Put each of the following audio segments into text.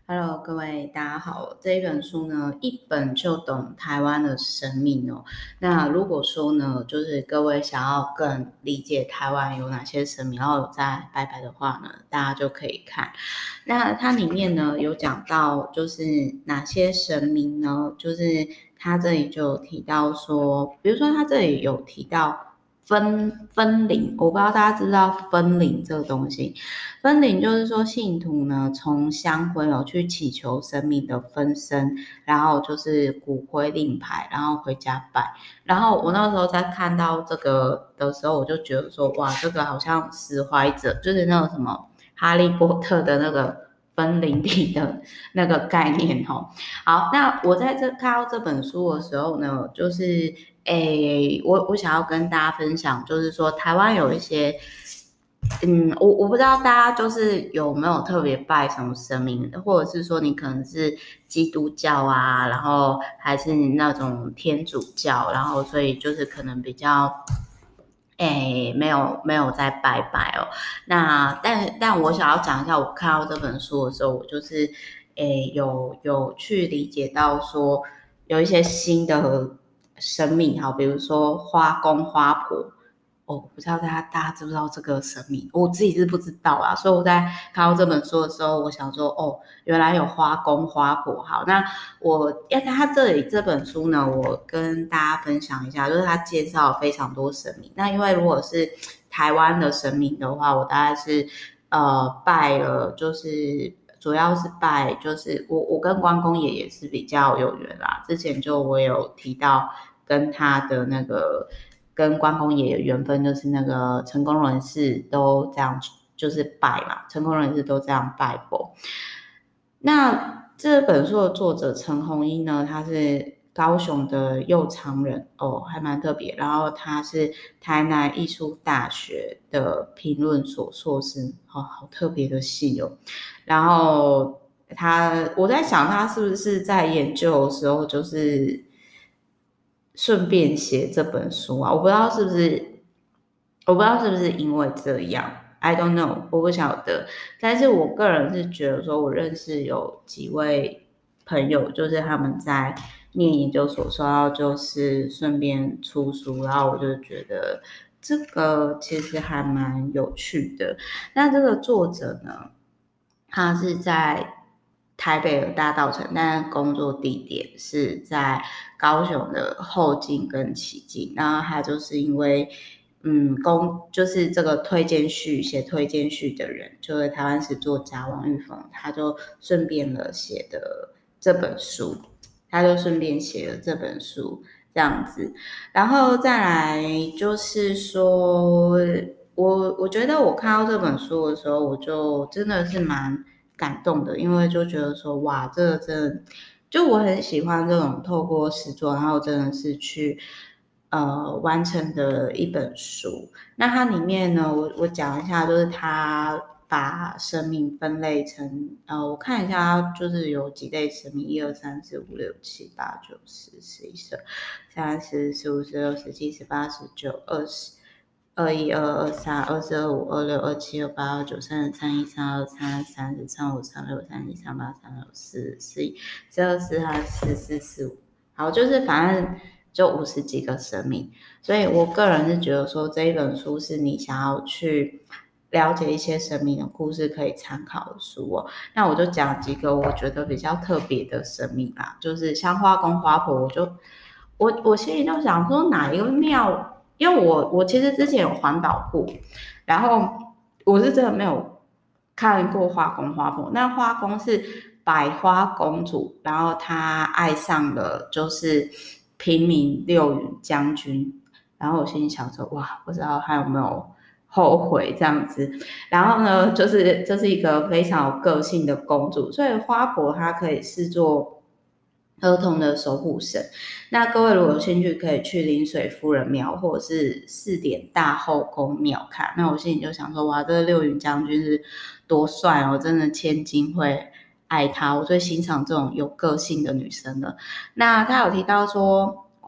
Hello，各位大家好。这一本书呢，一本就懂台湾的神明哦。那如果说呢，就是各位想要更理解台湾有哪些神明，然后有在拜拜的话呢，大家就可以看。那它里面呢有讲到，就是哪些神明呢？就是它这里就有提到说，比如说它这里有提到分灵，我不知道大家知不知道分灵这个东西。分灵就是说，信徒呢从香灰去祈求神明的分身，然后就是骨灰令牌，然后回家拜。然后我那时候在看到这个的时候，我就觉得说，哇，这个好像死怀者，就是那种什么哈利波特的那个分灵体的那个概念哦。好，那我在看到这本书的时候呢，就是我想要跟大家分享，就是说台湾有一些。我不知道大家就是有没有特别拜什么神明，或者是说你可能是基督教啊，然后还是那种天主教，然后所以就是可能比较没有在拜拜哦。那但我想要讲一下，我看到这本书的时候，我就是有去理解到说有一些新的神明，好，比如说花公花婆。哦，不知道大家知不知道这个神明？我自己是不知道啊，所以我在看到这本书的时候，我想说，哦，原来有花公花婆。好，那他这里这本书呢，我跟大家分享一下，就是他介绍非常多神明。那因为如果是台湾的神明的话，我大概是拜了，就是主要是拜，就是我跟关公爷爷是比较有缘啦。之前就我有提到跟他的那个跟关公爷爷缘分，就是那个成功人士都这样就是拜嘛，成功人士都这样拜佛。那这本书的作者陈弘一呢，他是高雄的右昌人哦，还蛮特别。然后他是台南艺术大学的评论所硕士，好特别的系哦。然后我在想他是不是在研究的时候，就是顺便写这本书啊？我不知道是不是因为这样，I don't know，我不晓得。但是我个人是觉得说，我认识有几位朋友，就是他们在念研究所，说要就是顺便出书，然后我就觉得这个其实还蛮有趣的。那这个作者呢，他是在台北的大稻埕，但工作地点是在高雄的后进跟旗津。然后他就是因为就是这个写推荐序的人，就是台湾史作家王玉峰，他就顺便写的这本书，这样子。然后再来就是说，我觉得我看到这本书的时候，我就真的是蛮感动的，因为就觉得说，哇，这个真的，就我很喜欢这种透过诗作，然后真的是去完成的一本书。那它里面呢，我讲一下，就是它把生命分类成我看一下，就是有几类生命，一二三四五六七八九十十一十二30、15、16、17、18、19、20、21、22、23、24、25、26、27、28、29、30、31、32、33、34、35、36、37、38、39、40、41、42、43、44、45。好，就是反正就50几个生命。所以我个人是觉得说，这一本书是你想要去了解一些神明的故事可以参考的书哦。那我就讲几个我觉得比较特别的神明啦，就是像花公花婆，我心里就想说哪一个庙，因为我其实之前有环岛过，然后我是真的没有看过花公花婆。那花公是百花公主，然后她爱上了就是平民六允将军，然后我心里想说，哇，不知道他有没有后悔这样子。然后呢，就是这是一个非常有个性的公主，所以花婆她可以视作儿童的守护神。那各位如果有兴趣，可以去临水夫人庙或者是4点大后宫庙看。那我心里就想说，哇，这个六允将军是多帅哦，真的千金会爱他。我最欣赏这种有个性的女生了。那他有提到说，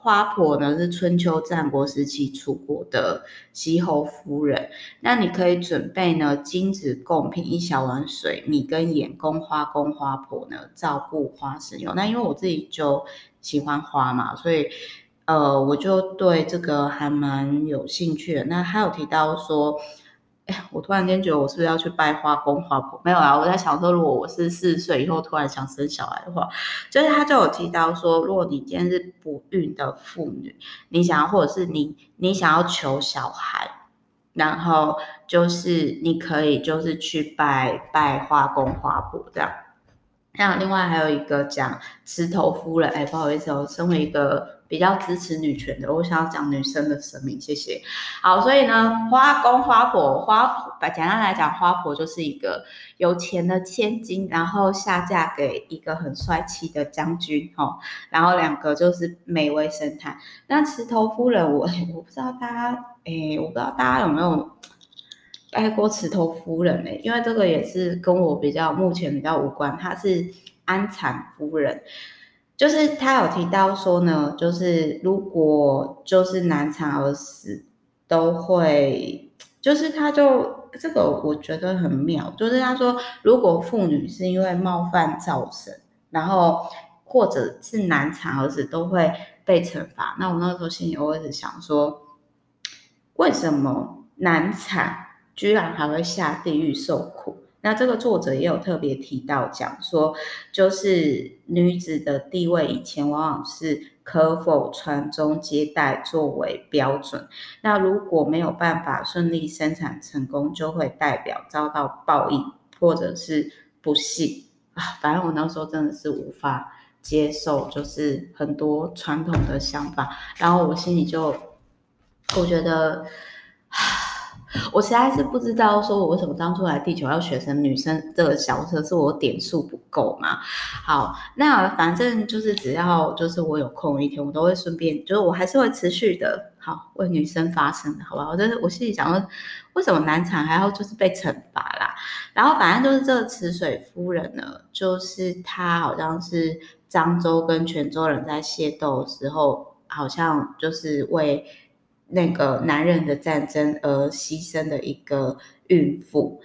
花婆呢是春秋战国时期楚国的西侯夫人。那你可以准备呢金子贡品1小碗水、米跟盐供花公花婆呢照顾花使用。那因为我自己就喜欢花嘛，所以我就对这个还蛮有兴趣的。那还有提到说，我突然间觉得我是不是要去拜花公花婆？没有啦，我在想说，如果我是40岁以后突然想生小孩的话，就是他就有提到说，如果你今天是不孕的妇女，你想要或者是你想要求小孩，然后就是你可以就是去拜花公花婆这样。那另外还有一个讲池头夫人，不好意思哦，身为一个比较支持女权的，我想要讲女生的生命，谢谢。好，所以呢，花公花婆，简单来讲，花婆就是一个有钱的千金，然后下嫁给一个很帅气的将军然后两个就是美味生态。那池头夫人，我不知道大家，我不知道大家有没有拜过池头夫人因为这个也是跟我目前比较无关，她是安产夫人，就是她有提到说呢，就是如果就是难产而死，都会，就是她就这个我觉得很妙，就是她说如果妇女是因为冒犯造成，然后或者是难产而死，都会被惩罚。那我那时候心里我一直想说，为什么难产居然还会下地狱受苦？那这个作者也有特别提到讲说，就是女子的地位以前往往是可否传宗接代作为标准，那如果没有办法顺利生产成功，就会代表遭到报应或者是不幸反正我那时候真的是无法接受，就是很多传统的想法，然后我心里就我觉得。我实在是不知道，说我为什么当初来地球要学成女生这个角色，是我点数不够嘛？好，那反正就是只要就是我有空一天，我都会顺便，就是我还是会持续的好为女生发声的，好不好？我心里想说，为什么难产还要就是被惩罚啦？然后反正就是这个池水夫人呢，就是她好像是漳州跟泉州人在械斗的时候，好像就是为那个男人的战争而牺牲的一个孕妇，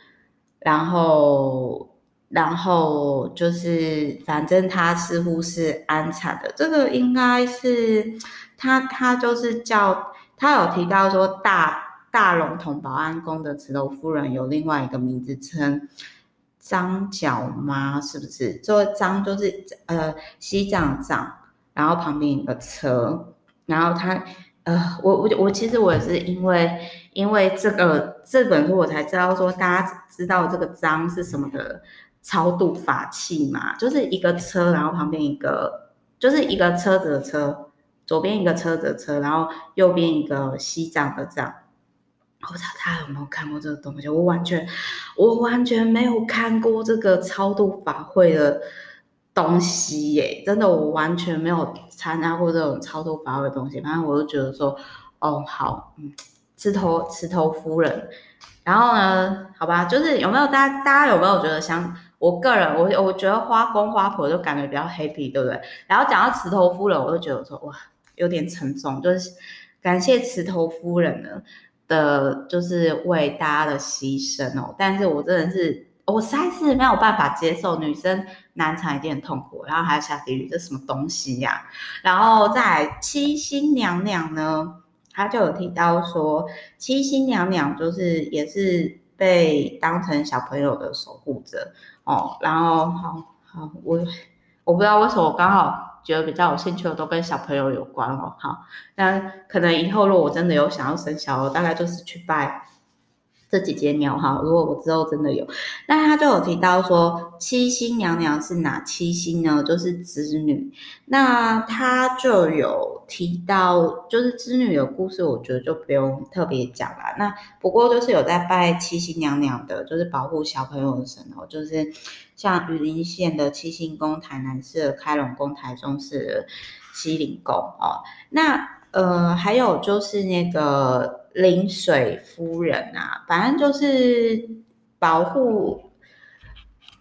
然后就是反正她似乎是安产的，这个应该是她就是她有提到说大龙峒保安宫的慈楼夫人有另外一个名字称张角妈，是不是？这张就是西藏藏，然后旁边一个车，然后她我其实我也是因为这本书我才知道说大家知道这个章是什么的超度法器嘛，就是一个车，然后旁边一个就是一个车子的车，左边一个车子的车，然后右边一个西藏的藏。我不知道大家有没有看过这个东西，我完全没有看过这个超度法会的东西耶，真的我完全没有参加过这种超度法会的东西。反正我就觉得说，哦好，池头夫人。然后呢，好吧，就是有没有大家有没有觉得我个人我觉得花公花婆就感觉比较 happy， 对不对？然后讲到池头夫人，我就觉得说哇有点沉重，就是感谢池头夫人呢的，就是为大家的牺牲哦。但是我真的是我实在是没有办法接受女生难产一定很痛苦，然后还要下地狱，这什么东西呀？然后再来七星娘娘呢？他就有提到说，七星娘娘就是也是被当成小朋友的守护者哦。然后好，我不知道为什么我刚好觉得比较有兴趣的都跟小朋友有关哦。好，那可能以后如果我真的有想要生小孩，大概就是去拜这几间庙哈，如果我之后真的有，那他就有提到说七星娘娘是哪七星呢？就是织女。那他就有提到，就是织女的故事，我觉得就不用特别讲啦。那不过就是有在拜七星娘娘的，就是保护小朋友的神哦，就是像云林县的七星宫、台南市的开隆宫、台中市的西陵宫哦。那还有就是那个临水夫人啊，反正就是保护，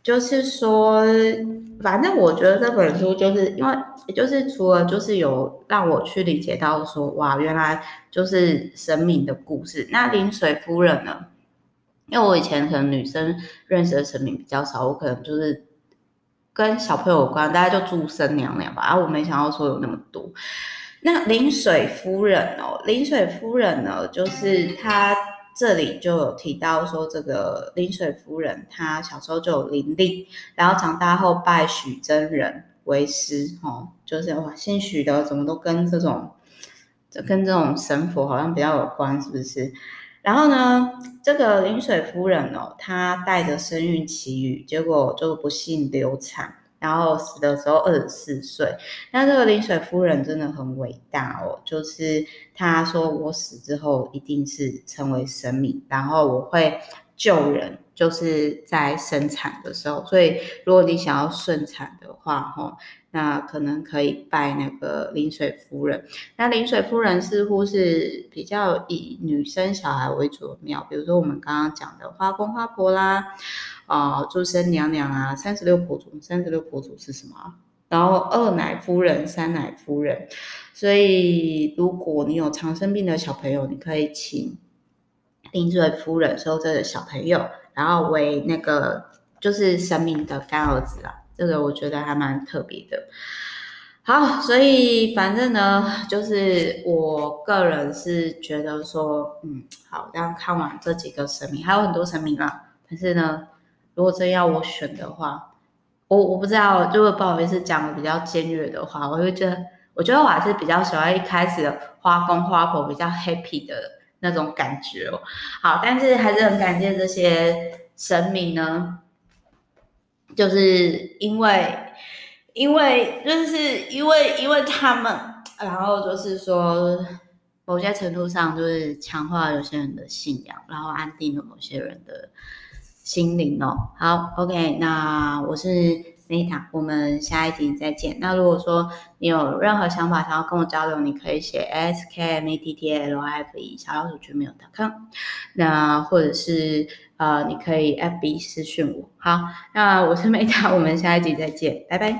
就是说，反正我觉得这本书就是因为，就是除了就是有让我去理解到说，哇，原来就是神明的故事。那临水夫人呢？因为我以前可能女生认识的神明比较少，我可能就是跟小朋友有关，大概就祝生娘娘吧。啊，我没想到说有那么多。那临水夫人哦，临水夫人呢，就是她这里就有提到说，这个临水夫人她小时候就有灵力，然后长大后拜许真人为师，哦，就是哇，姓许的怎么都跟这种神佛好像比较有关，是不是？然后呢，这个临水夫人哦，她带着身孕期余，结果就不幸流产，然后死的时候24岁。那这个临水夫人真的很伟大哦，就是她说我死之后一定是成为神明，然后我会救人，就是在生产的时候。所以如果你想要顺产的话，那可能可以拜那个临水夫人。那临水夫人似乎是比较以女生小孩为主的庙，比如说我们刚刚讲的花公花婆啦，祝生娘娘啊，36婆祖是什么啊？然后二奶夫人、三奶夫人，所以如果你有常生病的小朋友，你可以请临水夫人收这个小朋友，然后为那个就是神明的干儿子啊，这个我觉得还蛮特别的。好，所以反正呢，就是我个人是觉得说，好，这样看完这几个神明，还有很多神明啊，但是呢，如果真要我选的话，我不知道，如果不好意思讲的比较尖锐的话，我会觉得，我觉得我还是比较喜欢一开始的花公花婆比较 happy 的那种感觉哦。好，但是还是很感谢这些神明呢，就是因为他们，然后就是说某些程度上就是强化有些人的信仰，然后安定了某些人的心灵哦。好 ，OK， 那我是 Meta， 我们下一集再见。那如果说你有任何想法想要跟我交流，你可以写 skmettlife 小老鼠gmail.com， 那或者是你可以 FB 私讯我。好，那我是 Meta，我们下一集再见，拜拜。